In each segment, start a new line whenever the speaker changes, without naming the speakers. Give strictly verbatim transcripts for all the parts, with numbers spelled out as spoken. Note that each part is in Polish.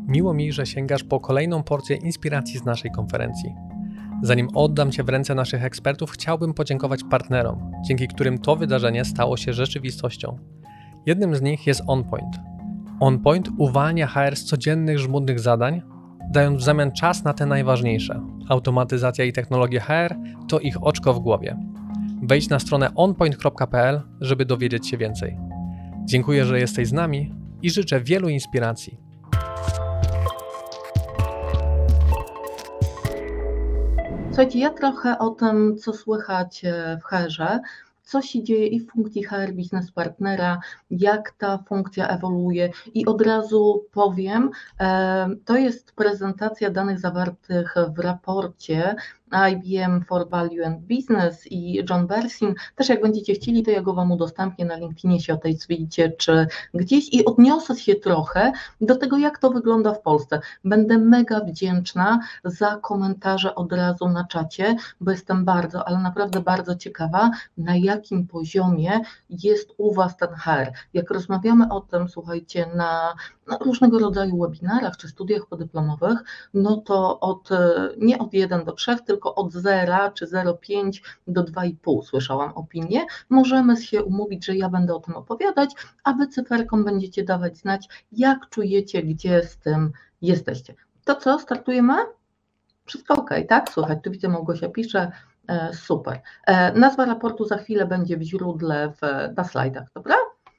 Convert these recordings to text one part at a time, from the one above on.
Miło mi, że sięgasz po kolejną porcję inspiracji z naszej konferencji. Zanim oddam Cię w ręce naszych ekspertów, chciałbym podziękować partnerom, dzięki którym to wydarzenie stało się rzeczywistością. Jednym z nich jest OnPoint. OnPoint uwalnia H R z codziennych, żmudnych zadań, dając w zamian czas na te najważniejsze. Automatyzacja i technologie H R to ich oczko w głowie. Wejdź na stronę onpoint kropka p l, żeby dowiedzieć się więcej. Dziękuję, że jesteś z nami i życzę wielu inspiracji.
Słuchajcie, ja trochę o tym, co słychać w H R-ze, co się dzieje i w funkcji H R Business Partnera, jak ta funkcja ewoluuje i od razu powiem, to jest prezentacja danych zawartych w raporcie I B M for Value and Business i John Bersin. Też jak będziecie chcieli, to ja go Wam udostępnię na LinkedInie, się o tej widzicie, czy gdzieś i odniosę się trochę do tego, jak to wygląda w Polsce. Będę mega wdzięczna za komentarze od razu na czacie, bo jestem bardzo, ale naprawdę bardzo ciekawa, na jakim poziomie jest u Was ten H R. Jak rozmawiamy o tym, słuchajcie, na, na różnego rodzaju webinarach czy studiach podyplomowych, no to od, nie od jeden do trzech, tylko od zera czy zero przecinek pięć do dwa i pół słyszałam opinię. Możemy się umówić, że ja będę o tym opowiadać, a Wy cyferką będziecie dawać znać, jak czujecie, gdzie z tym jesteście. To co, startujemy? Wszystko ok, tak? Słuchaj, tu widzę, Małgosia pisze, e, super. E, nazwa raportu za chwilę będzie w źródle w, na slajdach, dobra?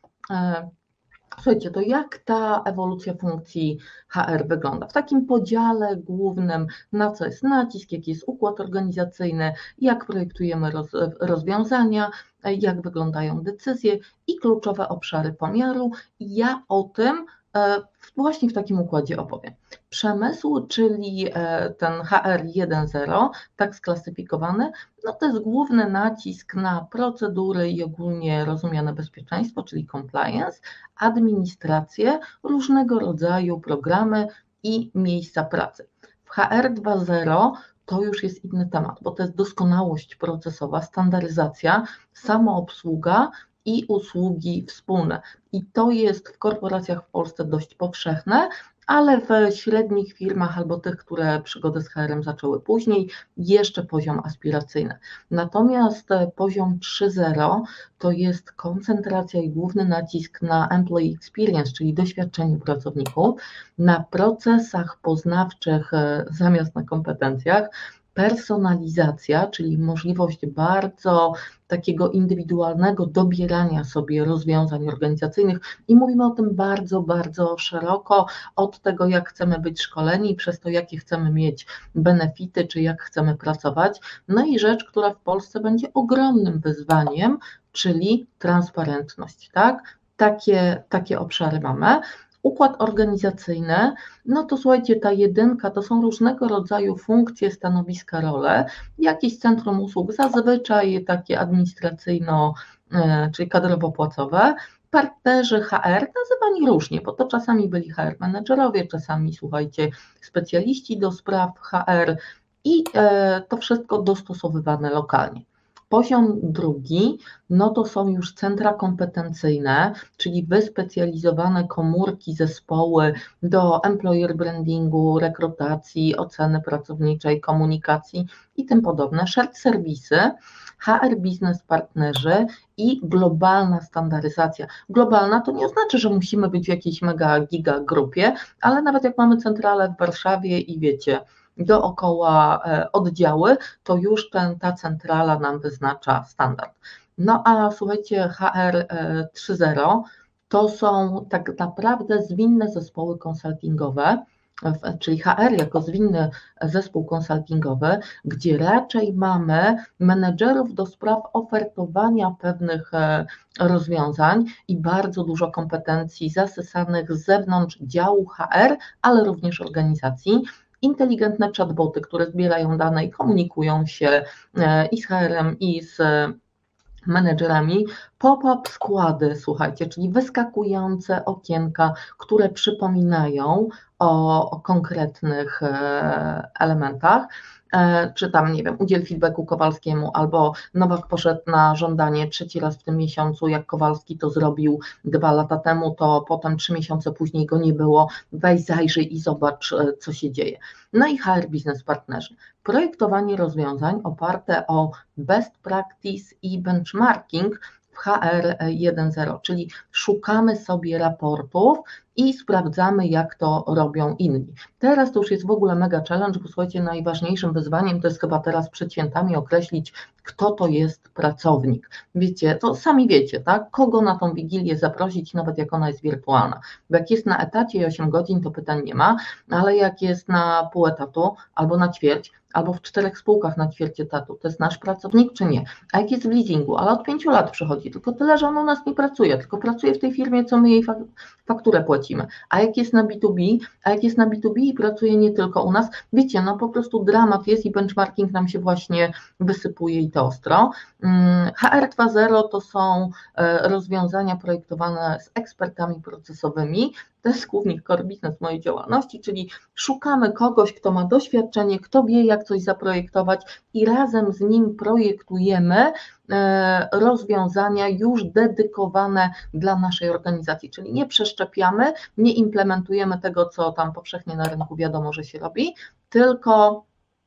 E, Słuchajcie, to jak ta ewolucja funkcji H R wygląda? W takim podziale głównym, na co jest nacisk, jaki jest układ organizacyjny, jak projektujemy roz, rozwiązania, jak wyglądają decyzje i kluczowe obszary pomiaru. Ja o tym właśnie w takim układzie opowiem. Przemysł, czyli ten H R jeden zero, tak sklasyfikowany, no to jest główny nacisk na procedury i ogólnie rozumiane bezpieczeństwo, czyli compliance, administrację, różnego rodzaju programy i miejsca pracy. W H R dwa zero to już jest inny temat, bo to jest doskonałość procesowa, standaryzacja, samoobsługa i usługi wspólne. I to jest w korporacjach w Polsce dość powszechne, ale w średnich firmach albo tych, które przygodę z H R-em zaczęły później, jeszcze poziom aspiracyjny. Natomiast poziom trzy zero to jest koncentracja i główny nacisk na employee experience, czyli doświadczeniu pracowników, na procesach poznawczych zamiast na kompetencjach, personalizacja, czyli możliwość bardzo takiego indywidualnego dobierania sobie rozwiązań organizacyjnych i mówimy o tym bardzo, bardzo szeroko, od tego jak chcemy być szkoleni, przez to jakie chcemy mieć benefity, czy jak chcemy pracować. No i rzecz, która w Polsce będzie ogromnym wyzwaniem, czyli transparentność, tak? Takie, takie obszary mamy. Układ organizacyjny, no to słuchajcie, ta jedynka to są różnego rodzaju funkcje, stanowiska, role, jakieś centrum usług, zazwyczaj takie administracyjno, czyli kadrowo-płacowe, partnerzy H R, nazywani różnie, bo to czasami byli H R menedżerowie, czasami, słuchajcie, specjaliści do spraw H R i to wszystko dostosowywane lokalnie. Poziom drugi, no to są już centra kompetencyjne, czyli wyspecjalizowane komórki, zespoły do employer brandingu, rekrutacji, oceny pracowniczej, komunikacji i tym podobne, shared serwisy, H R Business Partnerzy i globalna standaryzacja. Globalna to nie oznacza, że musimy być w jakiejś mega giga grupie, ale nawet jak mamy centralę w Warszawie i wiecie, dookoła oddziały, to już ten, ta centrala nam wyznacza standard. No a słuchajcie, H R trzy zero to są tak naprawdę zwinne zespoły konsultingowe, czyli H R jako zwinny zespół konsultingowy, gdzie raczej mamy menedżerów do spraw ofertowania pewnych rozwiązań i bardzo dużo kompetencji zasysanych z zewnątrz działu H R, ale również organizacji. Inteligentne chatboty, które zbierają dane i komunikują się i z H R-em, i z menedżerami, Pop-up składy, słuchajcie, czyli wyskakujące okienka, które przypominają o, o konkretnych e, elementach, e, czy tam, nie wiem, udziel feedbacku Kowalskiemu, albo Nowak poszedł na żądanie trzeci raz w tym miesiącu, jak Kowalski to zrobił dwa lata temu, to potem trzy miesiące później go nie było, weź zajrzyj i zobacz, e, co się dzieje. No i H R Business Partnerzy. Projektowanie rozwiązań oparte o best practice i benchmarking w H R jeden zero, czyli szukamy sobie raportów i sprawdzamy, jak to robią inni. Teraz to już jest w ogóle mega challenge, bo słuchajcie, najważniejszym wyzwaniem to jest chyba teraz przed świętami określić, kto to jest pracownik. Wiecie, to sami wiecie, tak? Kogo na tą wigilię zaprosić, nawet jak ona jest wirtualna. Bo jak jest na etacie i osiem godzin, to pytań nie ma, ale jak jest na pół etatu albo na ćwierć, albo w czterech spółkach na ćwierć etatu, to jest nasz pracownik czy nie? A jak jest w leasingu, ale od pięciu lat przychodzi, tylko tyle, że on u nas nie pracuje, tylko pracuje w tej firmie, co my jej fakturę płacimy. A jak jest na B dwa B, a jak jest na B dwa B i pracuje nie tylko u nas, wiecie, no po prostu dramat jest i benchmarking nam się właśnie wysypuje i to ostro. H R dwa zero to są rozwiązania projektowane z ekspertami procesowymi. To jest głównie core business mojej działalności, czyli szukamy kogoś, kto ma doświadczenie, kto wie, jak coś zaprojektować i razem z nim projektujemy rozwiązania już dedykowane dla naszej organizacji, czyli nie przeszczepiamy, nie implementujemy tego, co tam powszechnie na rynku wiadomo, że się robi, tylko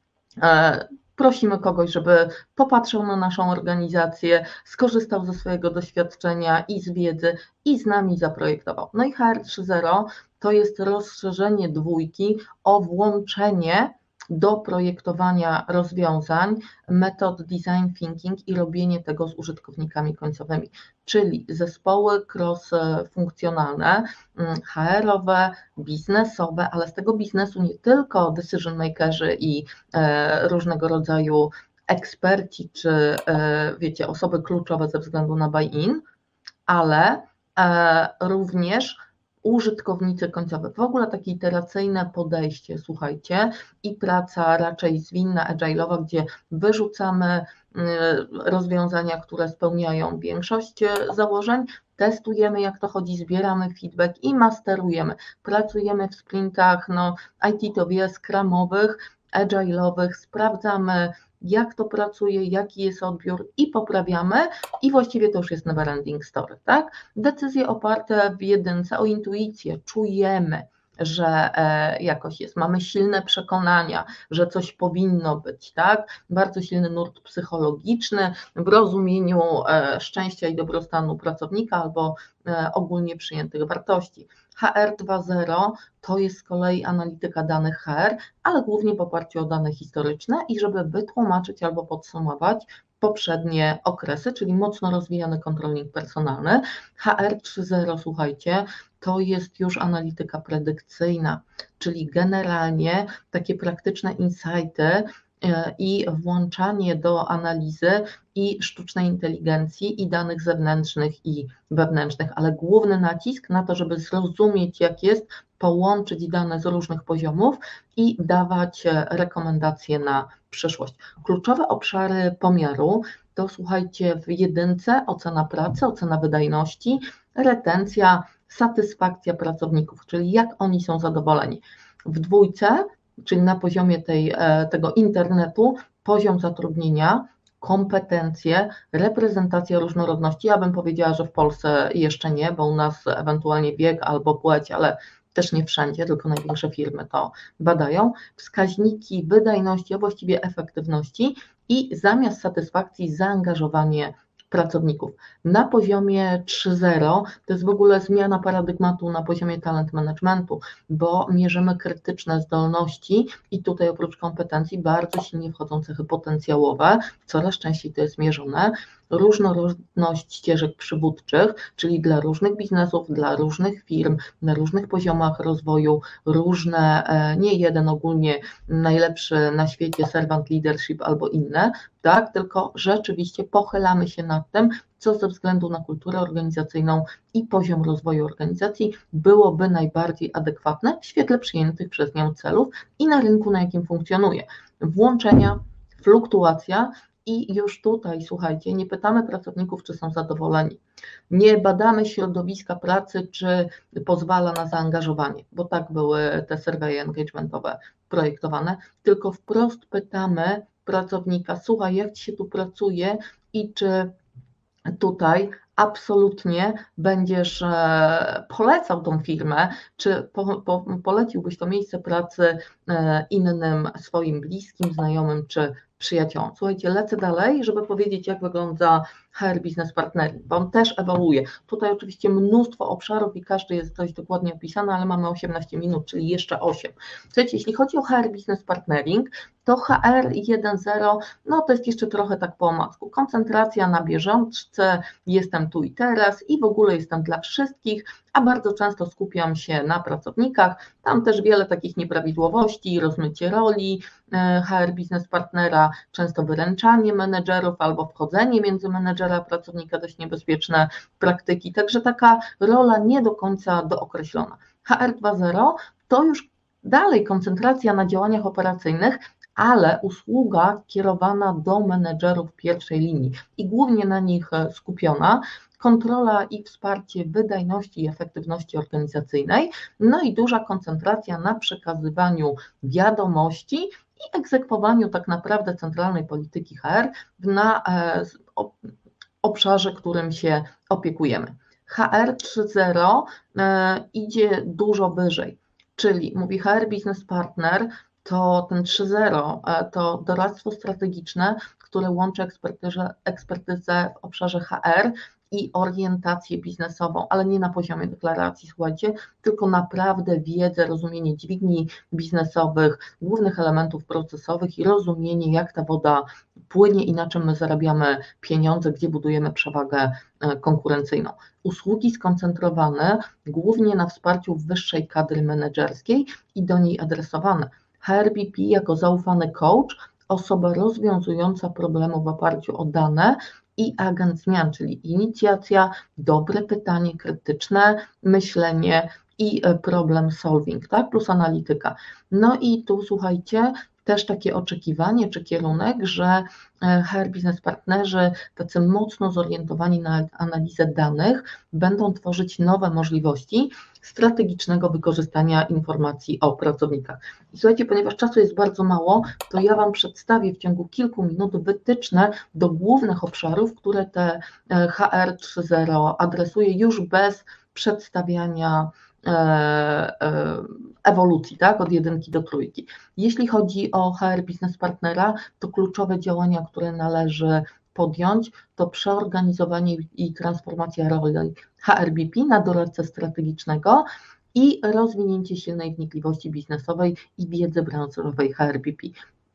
prosimy kogoś, żeby popatrzył na naszą organizację, skorzystał ze swojego doświadczenia i z wiedzy i z nami zaprojektował. No i H R trzy zero to jest rozszerzenie dwójki o włączenie do projektowania rozwiązań metod design thinking i robienie tego z użytkownikami końcowymi, czyli zespoły cross-funkcjonalne, H R-owe, biznesowe, ale z tego biznesu nie tylko decision makerzy i różnego rodzaju eksperci, czy wiecie, osoby kluczowe ze względu na buy-in, ale również użytkownicy końcowi. W ogóle takie iteracyjne podejście, słuchajcie, i praca raczej zwinna, agile'owa, gdzie wyrzucamy rozwiązania, które spełniają większość założeń, testujemy, jak to chodzi, zbieramy feedback i masterujemy. Pracujemy w sprintach, no I T to wie, scrumowych, agile'owych, sprawdzamy, jak to pracuje, jaki jest odbiór i poprawiamy i właściwie to już jest never ending story, tak? Decyzje oparte w jedynce o intuicję, czujemy, że jakoś jest, mamy silne przekonania, że coś powinno być, tak? Bardzo silny nurt psychologiczny w rozumieniu szczęścia i dobrostanu pracownika albo ogólnie przyjętych wartości. H R dwa zero to jest z kolei analityka danych H R, ale głównie w oparciu o dane historyczne i żeby wytłumaczyć albo podsumować poprzednie okresy, czyli mocno rozwijany kontroling personalny. H R trzy zero, słuchajcie, to jest już analityka predykcyjna, czyli generalnie takie praktyczne insighty i włączanie do analizy i sztucznej inteligencji i danych zewnętrznych i wewnętrznych, ale główny nacisk na to, żeby zrozumieć, jak jest, połączyć dane z różnych poziomów i dawać rekomendacje na przyszłość. Kluczowe obszary pomiaru to, słuchajcie, w jedynce ocena pracy, ocena wydajności, retencja, satysfakcja pracowników, czyli jak oni są zadowoleni. W dwójce, czyli na poziomie tej, tego internetu, poziom zatrudnienia, kompetencje, reprezentacja różnorodności. Ja bym powiedziała, że w Polsce jeszcze nie, bo u nas ewentualnie wiek albo płeć, ale też nie wszędzie, tylko największe firmy to badają. Wskaźniki wydajności, a właściwie efektywności i zamiast satysfakcji zaangażowanie pracowników. Na poziomie trzy zero to jest w ogóle zmiana paradygmatu na poziomie talent managementu, bo mierzymy krytyczne zdolności i tutaj oprócz kompetencji bardzo silnie wchodzą cechy potencjałowe, coraz częściej to jest mierzone, różnorodność ścieżek przywódczych, czyli dla różnych biznesów, dla różnych firm, na różnych poziomach rozwoju, różne, nie jeden ogólnie najlepszy na świecie servant leadership albo inne, tak, tylko rzeczywiście pochylamy się nad tym, co ze względu na kulturę organizacyjną i poziom rozwoju organizacji byłoby najbardziej adekwatne w świetle przyjętych przez nią celów i na rynku, na jakim funkcjonuje. Włączenia, fluktuacja I już tutaj, słuchajcie, nie pytamy pracowników, czy są zadowoleni. Nie badamy środowiska pracy, czy pozwala na zaangażowanie, bo tak były te surveje engagementowe projektowane, tylko wprost pytamy pracownika, słuchaj, jak Ci się tu pracuje i czy tutaj absolutnie będziesz polecał tą firmę, czy po, po, poleciłbyś to miejsce pracy innym swoim bliskim, znajomym czy przyjaciołom. Słuchajcie, lecę dalej, żeby powiedzieć, jak wygląda H R Business Partnering, bo on też ewoluuje. Tutaj oczywiście mnóstwo obszarów i każdy jest dość dokładnie opisany, ale mamy osiemnaście minut, czyli jeszcze osiem. Słuchajcie, jeśli chodzi o H R Business Partnering, to H R jeden zero, no to jest jeszcze trochę tak po omacku. Koncentracja na bieżączce, jestem tu i teraz i w ogóle jestem dla wszystkich, a bardzo często skupiam się na pracownikach. Tam też wiele takich nieprawidłowości, rozmycie roli H R Business Partnera, często wyręczanie menedżerów albo wchodzenie między menedżera a pracownika, dość niebezpieczne praktyki, także taka rola nie do końca dookreślona. H R dwa zero to już dalej koncentracja na działaniach operacyjnych, ale usługa kierowana do menedżerów pierwszej linii i głównie na nich skupiona, kontrola i wsparcie wydajności i efektywności organizacyjnej, no i duża koncentracja na przekazywaniu wiadomości i egzekwowaniu tak naprawdę centralnej polityki H R na obszarze, którym się opiekujemy. H R trzy zero idzie dużo wyżej, czyli mówi H R Business Partner, to ten trzy zero to doradztwo strategiczne, które łączy ekspertyzę, ekspertyzę w obszarze H R i orientację biznesową, ale nie na poziomie deklaracji, słuchajcie, tylko naprawdę wiedzę, rozumienie dźwigni biznesowych, głównych elementów procesowych i rozumienie, jak ta woda płynie i na czym my zarabiamy pieniądze, gdzie budujemy przewagę konkurencyjną. Usługi skoncentrowane głównie na wsparciu wyższej kadry menedżerskiej i do niej adresowane. H R B P jako zaufany coach, osoba rozwiązująca problemy w oparciu o dane i agent zmian, czyli inicjacja, dobre pytanie, krytyczne myślenie i problem solving, tak, plus analityka. No i tu słuchajcie, też takie oczekiwanie czy kierunek, że H R Business Partnerzy, tacy mocno zorientowani na analizę danych, będą tworzyć nowe możliwości strategicznego wykorzystania informacji o pracownikach. I słuchajcie, ponieważ czasu jest bardzo mało, to ja Wam przedstawię w ciągu kilku minut wytyczne do głównych obszarów, które te H R trzy zero adresuje już bez przedstawiania ewolucji, tak, od jedynki do trójki. Jeśli chodzi o H R Business Partnera, to kluczowe działania, które należy podjąć, to przeorganizowanie i transformacja roli H R B P na doradcę strategicznego i rozwinięcie silnej wnikliwości biznesowej i wiedzy branżowej H R B P,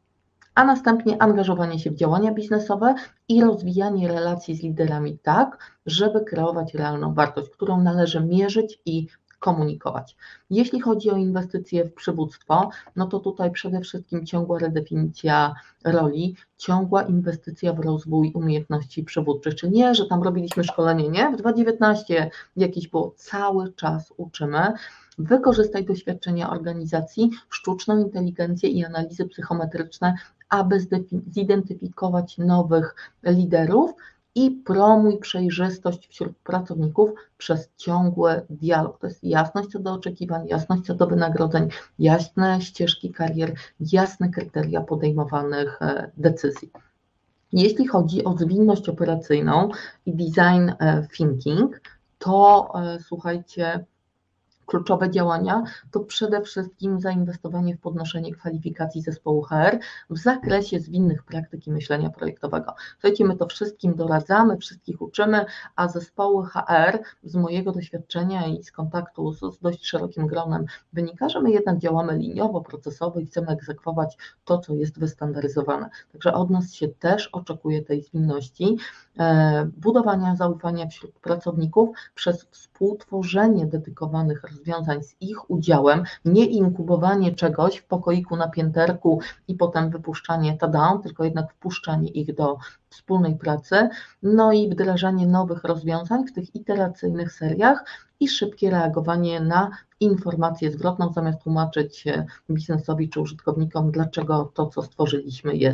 a następnie angażowanie się w działania biznesowe i rozwijanie relacji z liderami tak, żeby kreować realną wartość, którą należy mierzyć i komunikować. Jeśli chodzi o inwestycje w przywództwo, no to tutaj przede wszystkim ciągła redefinicja roli, ciągła inwestycja w rozwój umiejętności przywódczych, czyli nie, że tam robiliśmy szkolenie, nie? W dwa tysiące dziewiętnastym jakieś było, cały czas uczymy. Wykorzystaj doświadczenia organizacji, sztuczną inteligencję i analizy psychometryczne, aby zidentyfikować nowych liderów i promuj przejrzystość wśród pracowników przez ciągły dialog. To jest jasność co do oczekiwań, jasność co do wynagrodzeń, jasne ścieżki karier, jasne kryteria podejmowanych decyzji. Jeśli chodzi o zwinność operacyjną i design thinking, to słuchajcie, kluczowe działania to przede wszystkim zainwestowanie w podnoszenie kwalifikacji zespołu H R w zakresie zwinnych praktyk i myślenia projektowego. Słuchajcie, my to wszystkim doradzamy, wszystkich uczymy, a zespoły H R z mojego doświadczenia i z kontaktu z, z dość szerokim gronem wynika, że my jednak działamy liniowo, procesowo i chcemy egzekwować to, co jest wystandaryzowane. Także od nas się też oczekuje tej zwinności, budowania zaufania wśród pracowników przez współtworzenie dedykowanych rozwiązań z ich udziałem, nie inkubowanie czegoś w pokoiku na pięterku i potem wypuszczanie tada, tylko jednak wpuszczanie ich do wspólnej pracy, no i wdrażanie nowych rozwiązań w tych iteracyjnych seriach i szybkie reagowanie na informację zwrotną, zamiast tłumaczyć biznesowi czy użytkownikom, dlaczego to, co stworzyliśmy, jest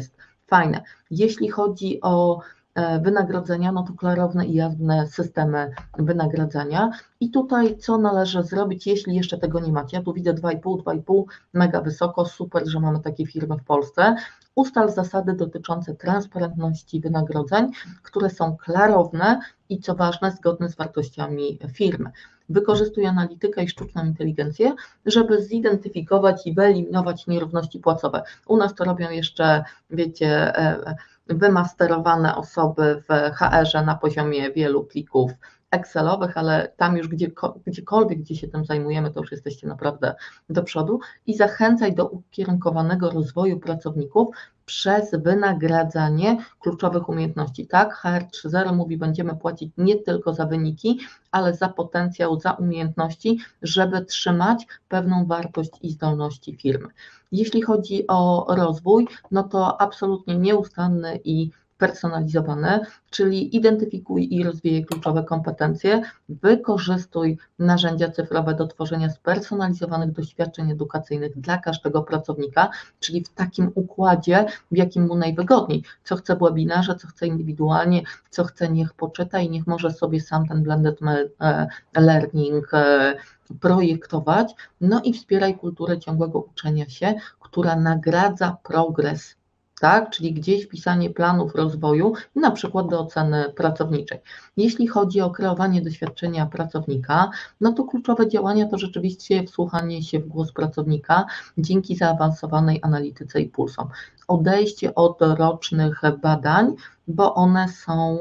fajne. Jeśli chodzi o wynagrodzenia, no to klarowne i jawne systemy wynagradzania. I tutaj co należy zrobić, jeśli jeszcze tego nie macie? Ja tu widzę dwa i pół, dwa i pół, mega wysoko, super, że mamy takie firmy w Polsce. Ustal zasady dotyczące transparentności wynagrodzeń, które są klarowne i co ważne, zgodne z wartościami firmy. Wykorzystuj analitykę i sztuczną inteligencję, żeby zidentyfikować i wyeliminować nierówności płacowe. U nas to robią jeszcze, wiecie, wymasterowane osoby w H R-ze na poziomie wielu plików Excelowych, ale tam już gdzie, gdziekolwiek, gdzie się tym zajmujemy, to już jesteście naprawdę do przodu i zachęcaj do ukierunkowanego rozwoju pracowników przez wynagradzanie kluczowych umiejętności. Tak, H R trzy zero mówi, będziemy płacić nie tylko za wyniki, ale za potencjał, za umiejętności, żeby trzymać pewną wartość i zdolności firmy. Jeśli chodzi o rozwój, no to absolutnie nieustanny i personalizowany, czyli identyfikuj i rozwijaj kluczowe kompetencje, wykorzystuj narzędzia cyfrowe do tworzenia spersonalizowanych doświadczeń edukacyjnych dla każdego pracownika, czyli w takim układzie, w jakim mu najwygodniej, co chce w webinarze, co chce indywidualnie, co chce niech poczyta i niech może sobie sam ten blended learning projektować, no i wspieraj kulturę ciągłego uczenia się, która nagradza progres. Tak, czyli gdzieś wpisanie planów rozwoju, na przykład do oceny pracowniczej. Jeśli chodzi o kreowanie doświadczenia pracownika, no to kluczowe działania to rzeczywiście wsłuchanie się w głos pracownika dzięki zaawansowanej analityce i pulsom. Odejście od rocznych badań, bo one są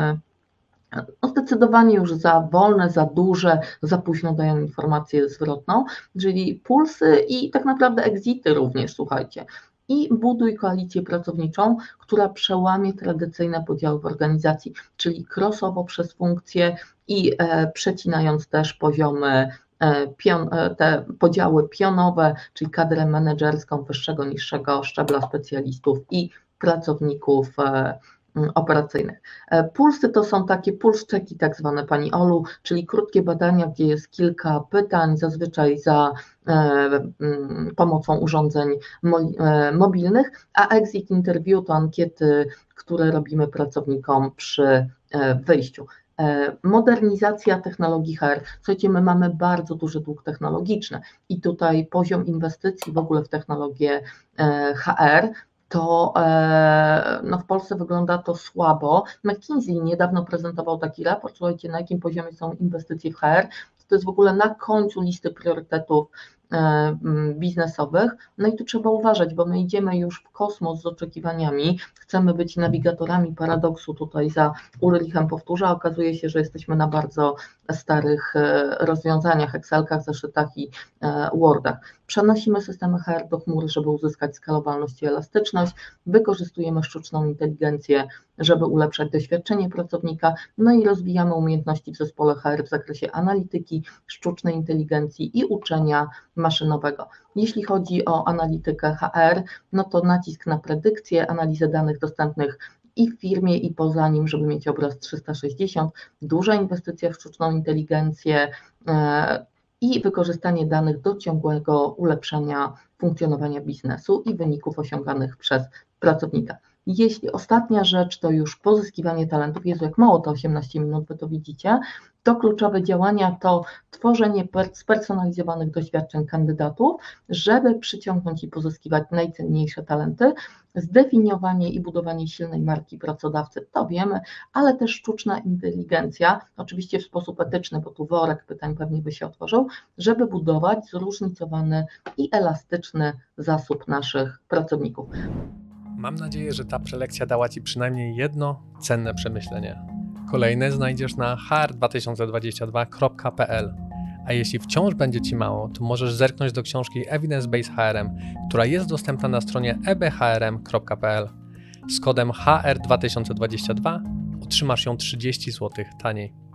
no zdecydowanie już za wolne, za duże, za późno dają informację zwrotną, czyli pulsy i tak naprawdę exity również, słuchajcie. I buduj koalicję pracowniczą, która przełamie tradycyjne podziały w organizacji, czyli crossowo przez funkcje i e, przecinając też poziomy, e, pion, e, te podziały pionowe, czyli kadrę menedżerską wyższego, niższego szczebla specjalistów i pracowników e, operacyjnych. Pulsy to są takie puls checki tak zwane, Pani Olu, czyli krótkie badania, gdzie jest kilka pytań, zazwyczaj za pomocą urządzeń mobilnych, a exit interview to ankiety, które robimy pracownikom przy wyjściu. Modernizacja technologii H R. Słuchajcie, my mamy bardzo duży dług technologiczny i tutaj poziom inwestycji w ogóle w technologię H R to no w Polsce wygląda to słabo. McKinsey niedawno prezentował taki raport, słuchajcie, na jakim poziomie są inwestycje w H R. To jest w ogóle na końcu listy priorytetów biznesowych. No i tu trzeba uważać, bo my idziemy już w kosmos z oczekiwaniami, chcemy być nawigatorami paradoksu, tutaj za Ulrichem powtórzę, a okazuje się, że jesteśmy na bardzo starych rozwiązaniach, Excelkach, zeszytach i Wordach. Przenosimy systemy H R do chmury, żeby uzyskać skalowalność i elastyczność, wykorzystujemy sztuczną inteligencję, żeby ulepszać doświadczenie pracownika, no i rozwijamy umiejętności w zespole H R w zakresie analityki, sztucznej inteligencji i uczenia maszynowego. Jeśli chodzi o analitykę H R, no to nacisk na predykcję, analizę danych dostępnych i w firmie, i poza nim, żeby mieć obraz trzysta sześćdziesiąt, duża inwestycja w sztuczną inteligencję i wykorzystanie danych do ciągłego ulepszania funkcjonowania biznesu i wyników osiąganych przez pracownika. Jeśli ostatnia rzecz to już pozyskiwanie talentów, Jezu, jak mało to osiemnaście minut, wy to widzicie, to kluczowe działania to tworzenie spersonalizowanych doświadczeń kandydatów, żeby przyciągnąć i pozyskiwać najcenniejsze talenty, zdefiniowanie i budowanie silnej marki pracodawcy, to wiemy, ale też sztuczna inteligencja, oczywiście w sposób etyczny, bo tu worek pytań pewnie by się otworzył, żeby budować zróżnicowany i elastyczny zasób naszych pracowników.
Mam nadzieję, że ta prelekcja dała Ci przynajmniej jedno cenne przemyślenie. Kolejne znajdziesz na h r dwa tysiące dwadzieścia dwa kropka p l. A jeśli wciąż będzie Ci mało, to możesz zerknąć do książki Evidence Based H R M, która jest dostępna na stronie e b h r m kropka p l. Z kodem H R dwa tysiące dwadzieścia dwa otrzymasz ją trzydzieści złotych taniej.